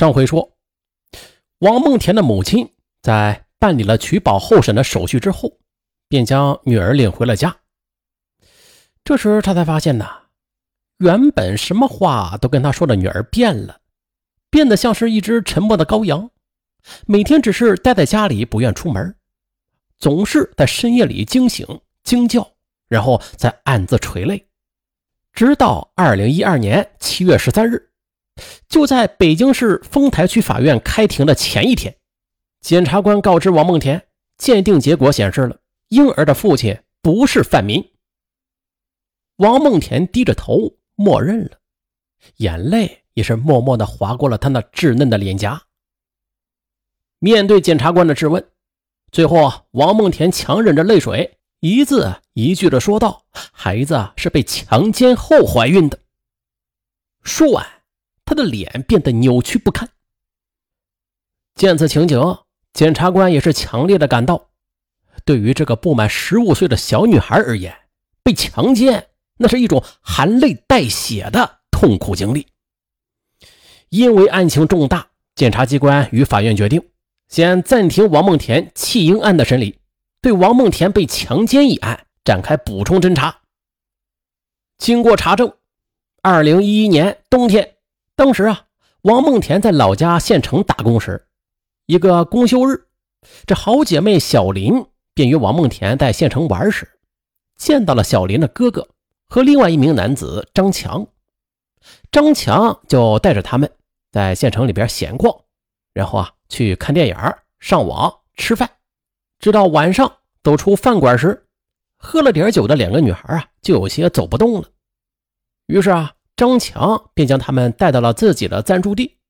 上回说，王梦田的母亲在办理了取保候审的手续之后，便将女儿领回了家。这时他才发现原本什么话都跟他说的女儿变了，变得像是一只沉默的羔羊，每天只是待在家里不愿出门，总是在深夜里惊醒惊叫，然后再暗自垂泪。直到2012年7月13日，就在北京市丰台区法院开庭的前一天，检察官告知王梦田，鉴定结果显示了婴儿的父亲不是范民。王梦田低着头默认了，眼泪也是默默地划过了他那稚嫩的脸颊。面对检察官的质问，最后王梦田强忍着泪水，一字一句地说道，孩子是被强奸后怀孕的。说完，他的脸变得扭曲不堪。见此情景，检察官也是强烈的感到，对于这个不满15岁的小女孩而言，被强奸那是一种含泪带血的痛苦经历。因为案情重大，检察机关与法院决定先暂停王梦田弃婴案的审理，对王梦田被强奸一案展开补充侦查。经过查证，2011年冬天，当时王梦田在老家县城打工时，一个公休日，这好姐妹小林便约王梦田在县城玩时，见到了小林的哥哥和另外一名男子张强。张强就带着他们在县城里边闲逛，然后去看电影、上网、吃饭，直到晚上走出饭馆时，喝了点酒的两个女孩就有些走不动了。于是张强便将他们带到了自己的暂住地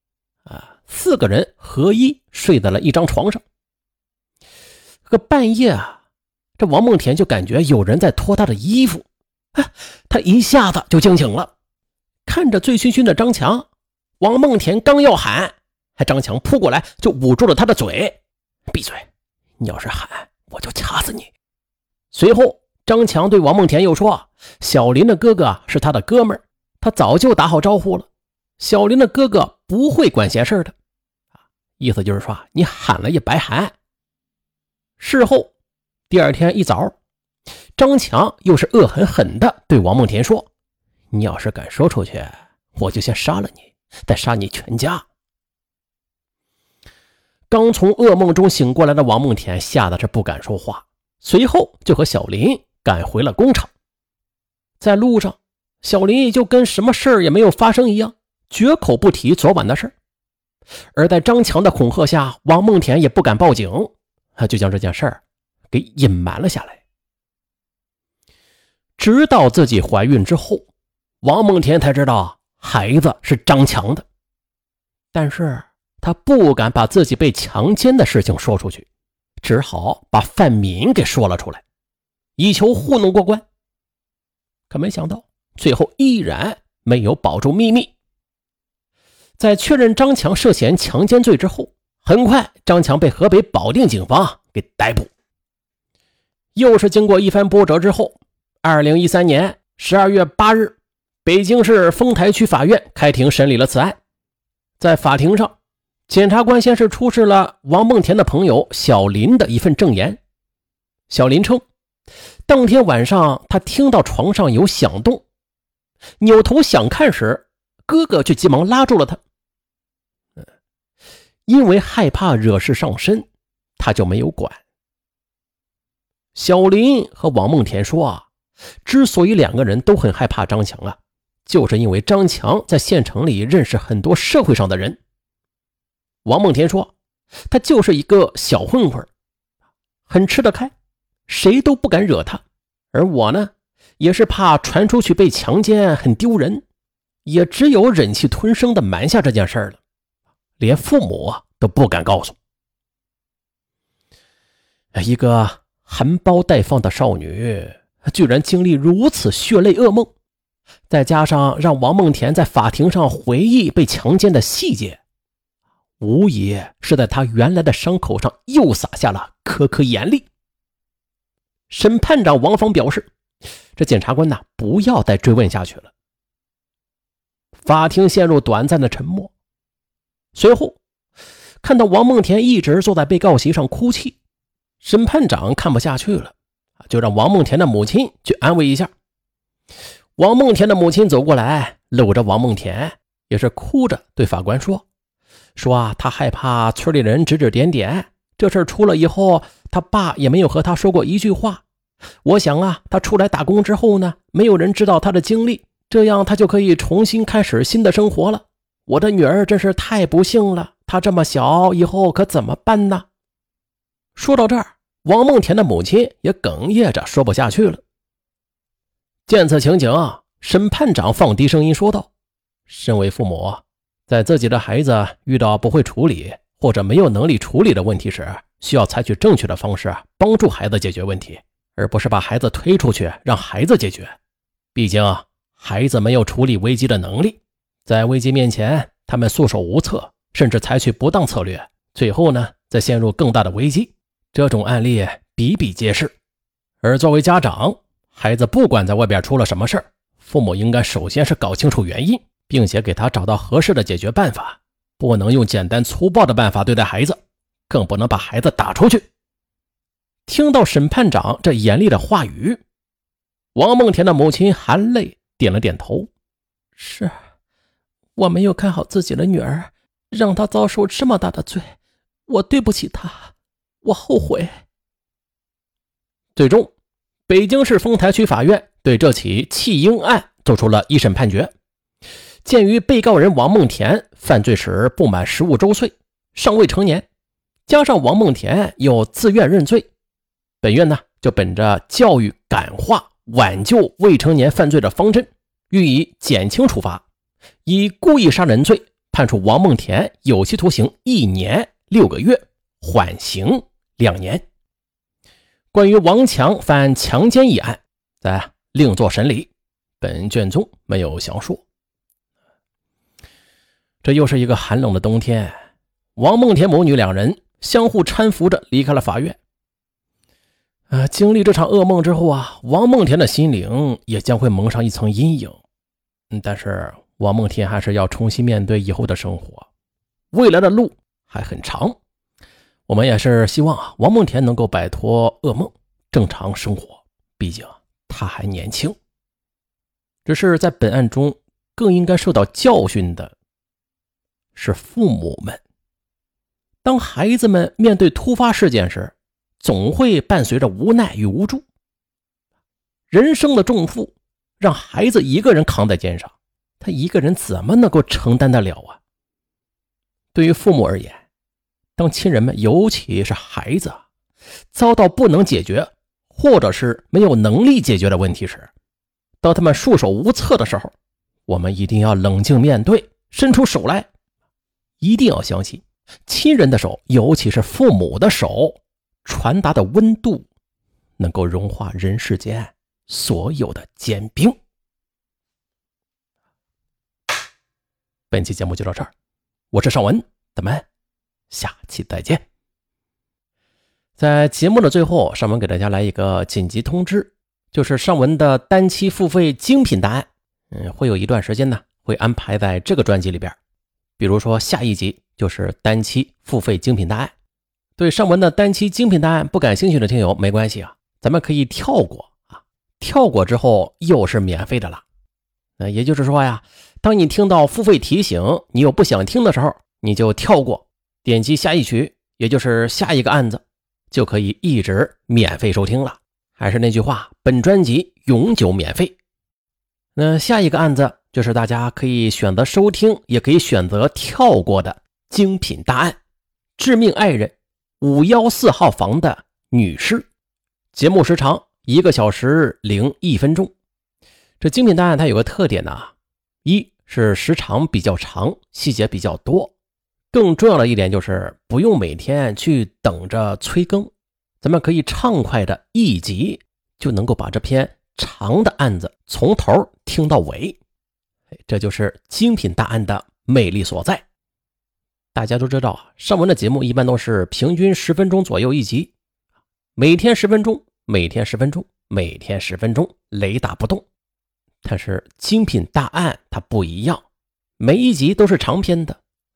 ，4个人合一睡在了一张床上。可半夜这王梦田就感觉有人在脱他的衣服，他一下子就惊醒了，看着醉醺醺的张强，王梦田刚要喊，张强扑过来就捂住了他的嘴，闭嘴，你要是喊我就掐死你。随后张强对王梦田又说，小林的哥哥是他的哥们儿，他早就打好招呼了，小林的哥哥不会管闲事的，意思就是说你喊了也白喊。事后第二天一早，张强又是恶狠狠地对王梦田说，你要是敢说出去，我就先杀了你，再杀你全家。刚从噩梦中醒过来的王梦田吓得是不敢说话，随后就和小林赶回了工厂。在路上，小林就跟什么事儿也没有发生一样，绝口不提昨晚的事儿。而在张强的恐吓下，王梦田也不敢报警，就将这件事儿给隐瞒了下来。直到自己怀孕之后，王梦田才知道孩子是张强的，但是他不敢把自己被强奸的事情说出去，只好把范敏给说了出来，以求糊弄过关。可没想到最后依然没有保住秘密。在确认张强涉嫌强奸罪之后，很快张强被河北保定警方给逮捕。又是经过一番波折之后，2013年12月8日，北京市丰台区法院开庭审理了此案。在法庭上，检察官先是出示了王梦田的朋友小林的一份证言。小林称，当天晚上他听到床上有响动，扭头想看时，哥哥却急忙拉住了他。因为害怕惹事上身，他就没有管。小林和王梦田说之所以两个人都很害怕张强就是因为张强在县城里认识很多社会上的人。王梦田说，他就是一个小混混，很吃得开，谁都不敢惹他。而我呢，也是怕传出去被强奸很丢人，也只有忍气吞声的瞒下这件事了，连父母都不敢告诉。一个含苞待放的少女，居然经历如此血泪噩梦，再加上让王梦田在法庭上回忆被强奸的细节，无疑是在他原来的伤口上又撒下了颗颗盐粒。审判长王芳表示，这检察官不要再追问下去了。法庭陷入短暂的沉默。 随后看到王梦田一直坐在被告席上哭泣，审判长看不下去了，就让王梦田的母亲去安慰一下。王梦田的母亲走过来，搂着王梦田，也是哭着对法官说他害怕村里人指指点点，这事出了以后，他爸也没有和他说过一句话。我想他出来打工之后呢，没有人知道他的经历，这样他就可以重新开始新的生活了。我的女儿真是太不幸了，她这么小，以后可怎么办呢？说到这儿，王梦田的母亲也哽咽着说不下去了。见此情景，审判长放低声音说道：身为父母，在自己的孩子遇到不会处理或者没有能力处理的问题时，需要采取正确的方式帮助孩子解决问题，而不是把孩子推出去让孩子解决。毕竟孩子没有处理危机的能力，在危机面前他们束手无策，甚至采取不当策略，最后呢再陷入更大的危机。这种案例比比皆是。而作为家长，孩子不管在外边出了什么事儿，父母应该首先是搞清楚原因，并且给他找到合适的解决办法，不能用简单粗暴的办法对待孩子，更不能把孩子打出去。听到审判长这严厉的话语，王梦田的母亲含泪点了点头：是，我没有看好自己的女儿，让她遭受这么大的罪，我对不起她，我后悔。最终，北京市丰台区法院对这起弃婴案作出了一审判决。鉴于被告人王梦田犯罪时不满15周岁，尚未成年，加上王梦田又自愿认罪，本院呢就本着教育、感化、挽救未成年犯罪的方针，予以减轻处罚，以故意杀人罪判处王梦田有期徒刑1年6个月，缓刑2年。关于王强犯强奸一案，再另作审理，本卷宗没有详述。这又是一个寒冷的冬天，王梦田母女两人相互搀扶着离开了法院。经历这场噩梦之后王梦田的心灵也将会蒙上一层阴影。但是王梦田还是要重新面对以后的生活，未来的路还很长。我们也是希望王梦田能够摆脱噩梦，正常生活，毕竟他还年轻。只是在本案中更应该受到教训的是父母们。当孩子们面对突发事件时，总会伴随着无奈与无助。人生的重负让孩子一个人扛在肩上，他一个人怎么能够承担得了对于父母而言，当亲人们，尤其是孩子遭到不能解决或者是没有能力解决的问题时，当他们束手无策的时候，我们一定要冷静面对，伸出手来。一定要相信亲人的手，尤其是父母的手传达的温度，能够融化人世间所有的坚冰。本期节目就到这儿，我是尚文，咱们下期再见。在节目的最后，尚文给大家来一个紧急通知，就是尚文的单期付费精品答案会有一段时间呢会安排在这个专辑里边。比如说下一集就是单期付费精品答案。对尚文的单期精品答案不感兴趣的听友没关系咱们可以跳过跳过之后又是免费的了。也就是说当你听到付费提醒你又不想听的时候，你就跳过，点击下一曲，也就是下一个案子，就可以一直免费收听了。还是那句话，本专辑永久免费。那下一个案子就是大家可以选择收听，也可以选择跳过的精品答案，致命爱人514号房的女士。节目时长1个小时01分钟。这精品答案它有个特点一是时长比较长，细节比较多，更重要的一点就是不用每天去等着催更，咱们可以畅快的一集就能够把这篇长的案子从头听到尾。这就是精品答案的魅力所在。大家都知道尚文的节目一般都是平均10分钟左右一集，每天10分钟，每天10分钟，每天10分钟，雷打不动。但是精品答案它不一样，每一集都是长篇的，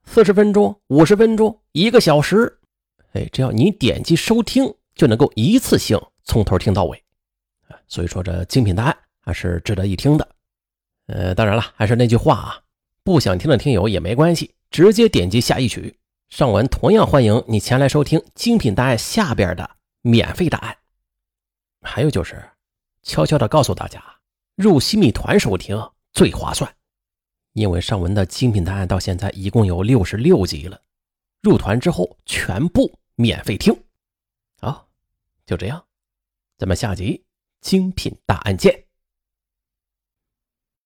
40分钟、50分钟、1个小时，只要你点击收听，就能够一次性从头听到尾。所以说这精品答案还是值得一听的。当然了，还是那句话啊，不想听的听友也没关系，直接点击下一曲。上文同样欢迎你前来收听精品答案下边的免费答案。还有就是悄悄的告诉大家，入新米团收听最划算，因为上文的精品答案到现在一共有66集了，入团之后全部免费听。好，就这样，咱们下集精品答案见。